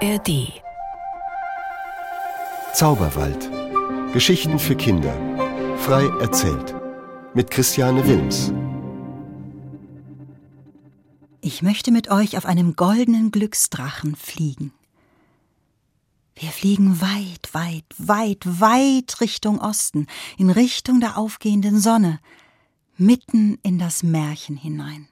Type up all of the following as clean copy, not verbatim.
ARD. Zauberwald. Geschichten für Kinder. Frei erzählt. Mit Christiane Wilms. Ich möchte mit euch auf einem goldenen Glücksdrachen fliegen. Wir fliegen weit, weit, weit, weit Richtung Osten, in Richtung der aufgehenden Sonne, mitten in das Märchen hinein.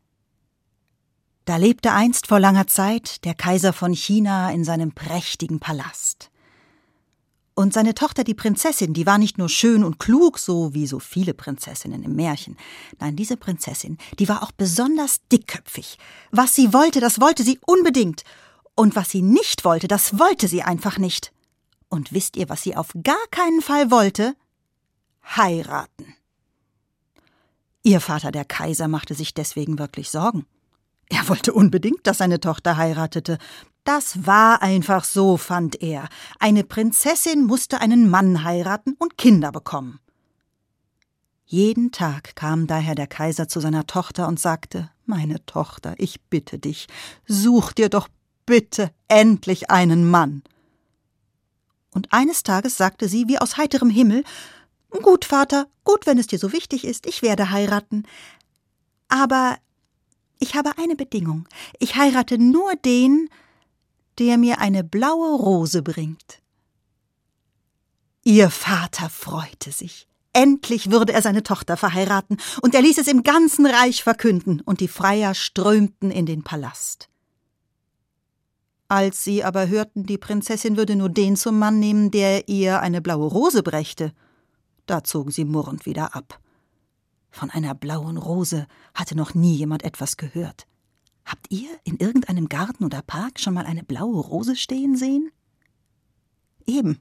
Da lebte einst vor langer Zeit der Kaiser von China in seinem prächtigen Palast. Und seine Tochter, die Prinzessin, die war nicht nur schön und klug, so wie so viele Prinzessinnen im Märchen. Nein, diese Prinzessin, die war auch besonders dickköpfig. Was sie wollte, das wollte sie unbedingt. Und was sie nicht wollte, das wollte sie einfach nicht. Und wisst ihr, was sie auf gar keinen Fall wollte? Heiraten. Ihr Vater, der Kaiser, machte sich deswegen wirklich Sorgen. Er wollte unbedingt, dass seine Tochter heiratete. Das war einfach so, fand er. Eine Prinzessin musste einen Mann heiraten und Kinder bekommen. Jeden Tag kam daher der Kaiser zu seiner Tochter und sagte: »Meine Tochter, ich bitte dich, such dir doch bitte endlich einen Mann.« Und eines Tages sagte sie wie aus heiterem Himmel: »Gut, Vater, gut, wenn es dir so wichtig ist, ich werde heiraten. Aber ich habe eine Bedingung. Ich heirate nur den, der mir eine blaue Rose bringt.« Ihr Vater freute sich. Endlich würde er seine Tochter verheiraten, und er ließ es im ganzen Reich verkünden, und die Freier strömten in den Palast. Als sie aber hörten, die Prinzessin würde nur den zum Mann nehmen, der ihr eine blaue Rose brächte, da zogen sie murrend wieder ab. Von einer blauen Rose hatte noch nie jemand etwas gehört. Habt ihr in irgendeinem Garten oder Park schon mal eine blaue Rose stehen sehen? Eben.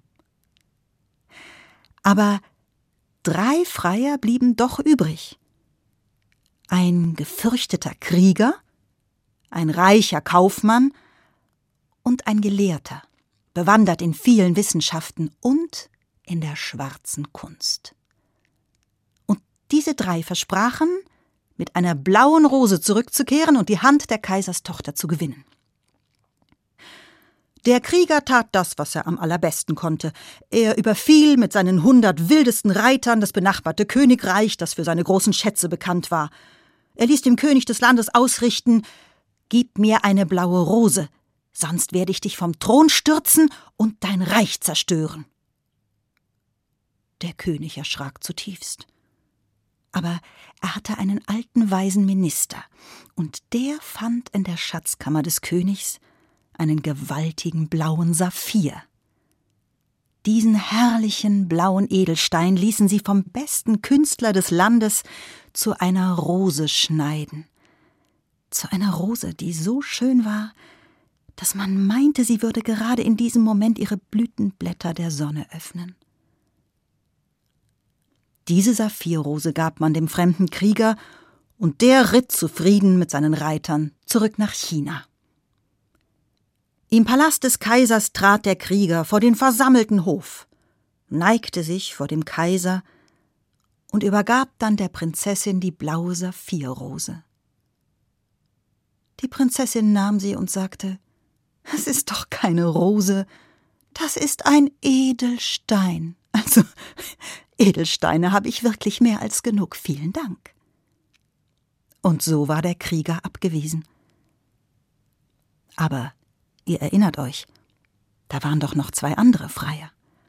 Aber 3 Freier blieben doch übrig. Ein gefürchteter Krieger, ein reicher Kaufmann und ein Gelehrter, bewandert in vielen Wissenschaften und in der schwarzen Kunst. Und diese 3 versprachen, mit einer blauen Rose zurückzukehren und die Hand der Kaiserstochter zu gewinnen. Der Krieger tat das, was er am allerbesten konnte. Er überfiel mit seinen 100 wildesten Reitern das benachbarte Königreich, das für seine großen Schätze bekannt war. Er ließ dem König des Landes ausrichten: »Gib mir eine blaue Rose, sonst werde ich dich vom Thron stürzen und dein Reich zerstören.« Der König erschrak zutiefst. Aber er hatte einen alten, weisen Minister, und der fand in der Schatzkammer des Königs einen gewaltigen blauen Saphir. Diesen herrlichen blauen Edelstein ließen sie vom besten Künstler des Landes zu einer Rose schneiden. Zu einer Rose, die so schön war, dass man meinte, sie würde gerade in diesem Moment ihre Blütenblätter der Sonne öffnen. Diese Saphirrose gab man dem fremden Krieger, und der ritt zufrieden mit seinen Reitern zurück nach China. Im Palast des Kaisers trat der Krieger vor den versammelten Hof, neigte sich vor dem Kaiser und übergab dann der Prinzessin die blaue Saphirrose. Die Prinzessin nahm sie und sagte: »Es ist doch keine Rose, das ist ein Edelstein. Also, Edelsteine habe ich wirklich mehr als genug, vielen Dank.« Und so war der Krieger abgewiesen. Aber ihr erinnert euch, da waren doch noch 2 andere Freier.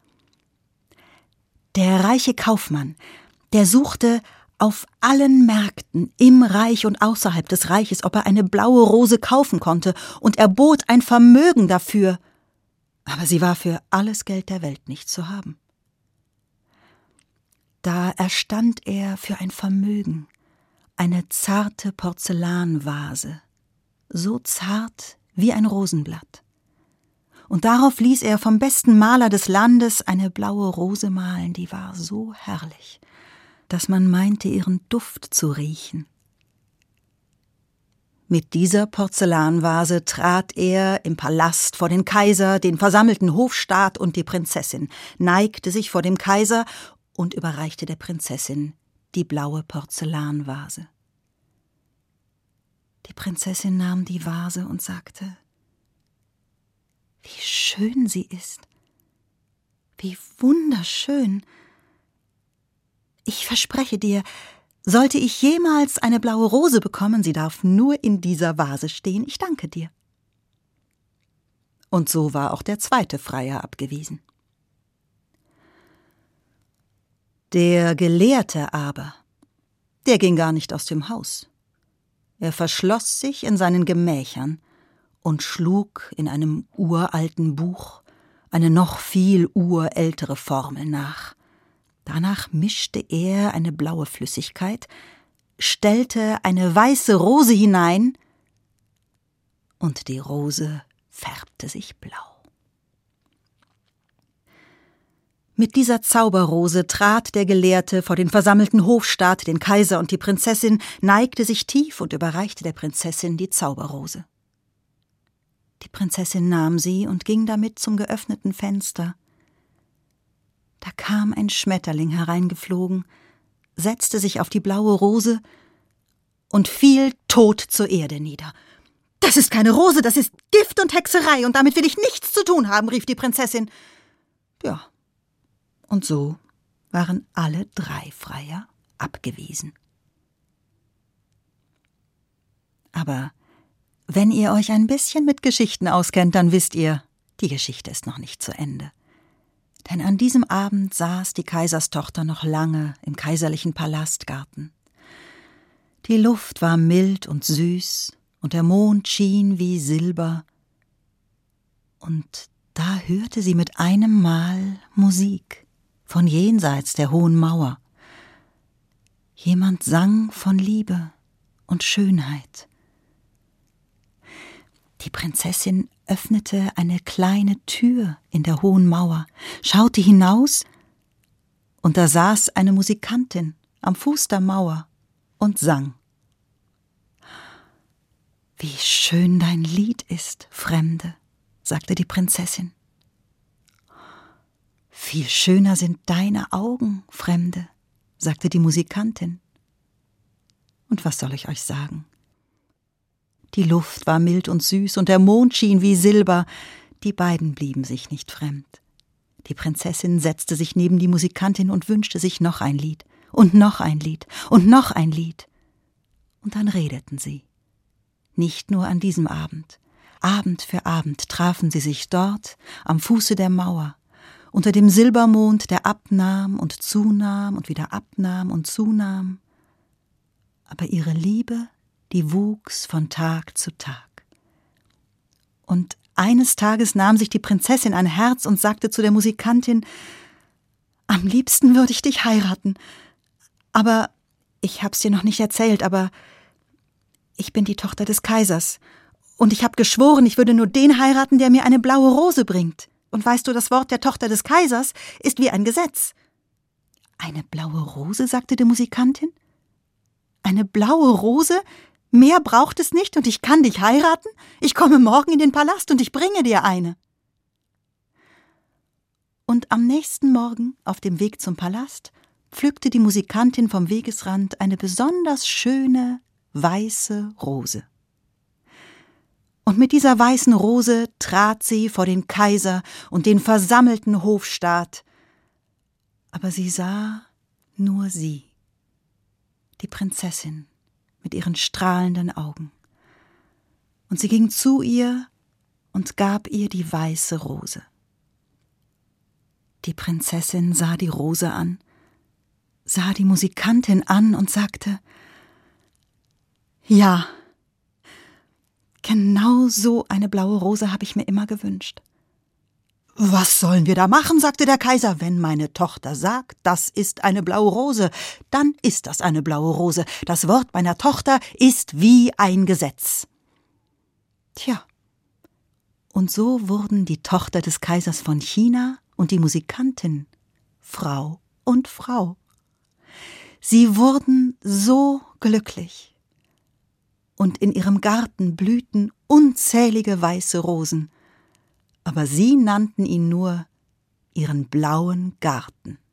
Der reiche Kaufmann, der suchte auf allen Märkten im Reich und außerhalb des Reiches, ob er eine blaue Rose kaufen konnte, und er bot ein Vermögen dafür, aber sie war für alles Geld der Welt nicht zu haben. Da erstand er für ein Vermögen, eine zarte Porzellanvase, so zart wie ein Rosenblatt. Und darauf ließ er vom besten Maler des Landes eine blaue Rose malen, die war so herrlich, dass man meinte, ihren Duft zu riechen. Mit dieser Porzellanvase trat er im Palast vor den Kaiser, den versammelten Hofstaat und die Prinzessin, neigte sich vor dem Kaiser und überreichte der Prinzessin die blaue Porzellanvase. Die Prinzessin nahm die Vase und sagte: Wie schön sie ist. Wie wunderschön. Ich verspreche dir, sollte ich jemals eine blaue Rose bekommen, sie darf nur in dieser Vase stehen. Ich danke dir. Und so war auch der zweite Freier abgewiesen. Der Gelehrte aber, der ging gar nicht aus dem Haus. Er verschloss sich in seinen Gemächern und schlug in einem uralten Buch eine noch viel urältere Formel nach. Danach mischte er eine blaue Flüssigkeit, stellte eine weiße Rose hinein, und die Rose färbte sich blau. Mit dieser Zauberrose trat der Gelehrte vor den versammelten Hofstaat, den Kaiser und die Prinzessin, neigte sich tief und überreichte der Prinzessin die Zauberrose. Die Prinzessin nahm sie und ging damit zum geöffneten Fenster. Da kam ein Schmetterling hereingeflogen, setzte sich auf die blaue Rose und fiel tot zur Erde nieder. »Das ist keine Rose, das ist Gift und Hexerei, und damit will ich nichts zu tun haben«, rief die Prinzessin. Ja, und so waren alle 3 Freier abgewiesen. Aber wenn ihr euch ein bisschen mit Geschichten auskennt, dann wisst ihr, die Geschichte ist noch nicht zu Ende. Denn an diesem Abend saß die Kaiserstochter noch lange im kaiserlichen Palastgarten. Die Luft war mild und süß, und der Mond schien wie Silber. Und da hörte sie mit einem Mal Musik von jenseits der hohen Mauer. Jemand sang von Liebe und Schönheit. Die Prinzessin öffnete eine kleine Tür in der hohen Mauer, schaute hinaus, und da saß eine Musikantin am Fuß der Mauer und sang. »Wie schön dein Lied ist, Fremde«, sagte die Prinzessin. »Viel schöner sind deine Augen, Fremde«, sagte die Musikantin. Und was soll ich euch sagen? Die Luft war mild und süß, und der Mond schien wie Silber. Die beiden blieben sich nicht fremd. Die Prinzessin setzte sich neben die Musikantin und wünschte sich noch ein Lied und noch ein Lied und noch ein Lied. Und dann redeten sie. Nicht nur an diesem Abend. Abend für Abend trafen sie sich dort am Fuße der Mauer, unter dem Silbermond, der abnahm und zunahm und wieder abnahm und zunahm. Aber ihre Liebe, die wuchs von Tag zu Tag. Und eines Tages nahm sich die Prinzessin ein Herz und sagte zu der Musikantin: »Am liebsten würde ich dich heiraten. Aber, ich hab's dir noch nicht erzählt, aber ich bin die Tochter des Kaisers. Und ich habe geschworen, ich würde nur den heiraten, der mir eine blaue Rose bringt. Und weißt du, das Wort der Tochter des Kaisers ist wie ein Gesetz.« »Eine blaue Rose?«, sagte die Musikantin. »Eine blaue Rose? Mehr braucht es nicht, und ich kann dich heiraten? Ich komme morgen in den Palast und ich bringe dir eine.« Und am nächsten Morgen, auf dem Weg zum Palast, pflückte die Musikantin vom Wegesrand eine besonders schöne, weiße Rose. Und mit dieser weißen Rose trat sie vor den Kaiser und den versammelten Hofstaat. Aber sie sah nur sie, die Prinzessin mit ihren strahlenden Augen. Und sie ging zu ihr und gab ihr die weiße Rose. Die Prinzessin sah die Rose an, sah die Musikantin an und sagte: »Ja, genau so eine blaue Rose habe ich mir immer gewünscht.« »Was sollen wir da machen?«, sagte der Kaiser. »Wenn meine Tochter sagt, das ist eine blaue Rose, dann ist das eine blaue Rose. Das Wort meiner Tochter ist wie ein Gesetz.« Tja, und so wurden die Tochter des Kaisers von China und die Musikantin Frau und Frau. Sie wurden so glücklich. Und in ihrem Garten blühten unzählige weiße Rosen, aber sie nannten ihn nur ihren blauen Garten.